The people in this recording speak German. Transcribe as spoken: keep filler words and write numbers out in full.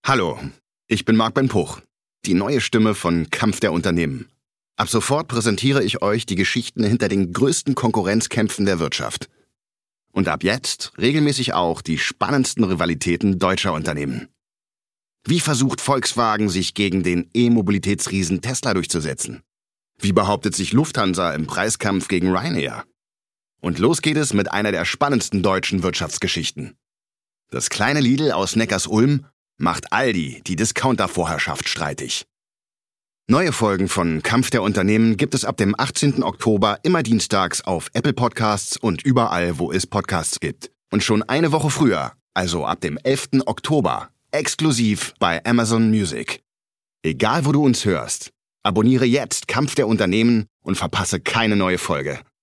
Hallo, ich bin Marc Ben Puch, die neue Stimme von Kampf der Unternehmen. Ab sofort präsentiere ich euch die Geschichten hinter den größten Konkurrenzkämpfen der Wirtschaft. Und ab jetzt regelmäßig auch die spannendsten Rivalitäten deutscher Unternehmen. Wie versucht Volkswagen, sich gegen den E-Mobilitätsriesen Tesla durchzusetzen? Wie behauptet sich Lufthansa im Preiskampf gegen Ryanair? Und los geht es mit einer der spannendsten deutschen Wirtschaftsgeschichten. Das kleine Lidl aus Neckarsulm macht Aldi die Discounter-Vorherrschaft streitig. Neue Folgen von Kampf der Unternehmen gibt es ab dem achtzehnten Oktober immer dienstags auf Apple Podcasts und überall, wo es Podcasts gibt. Und schon eine Woche früher, also ab dem elften Oktober, exklusiv bei Amazon Music. Egal, wo du uns hörst, abonniere jetzt Kampf der Unternehmen und verpasse keine neue Folge.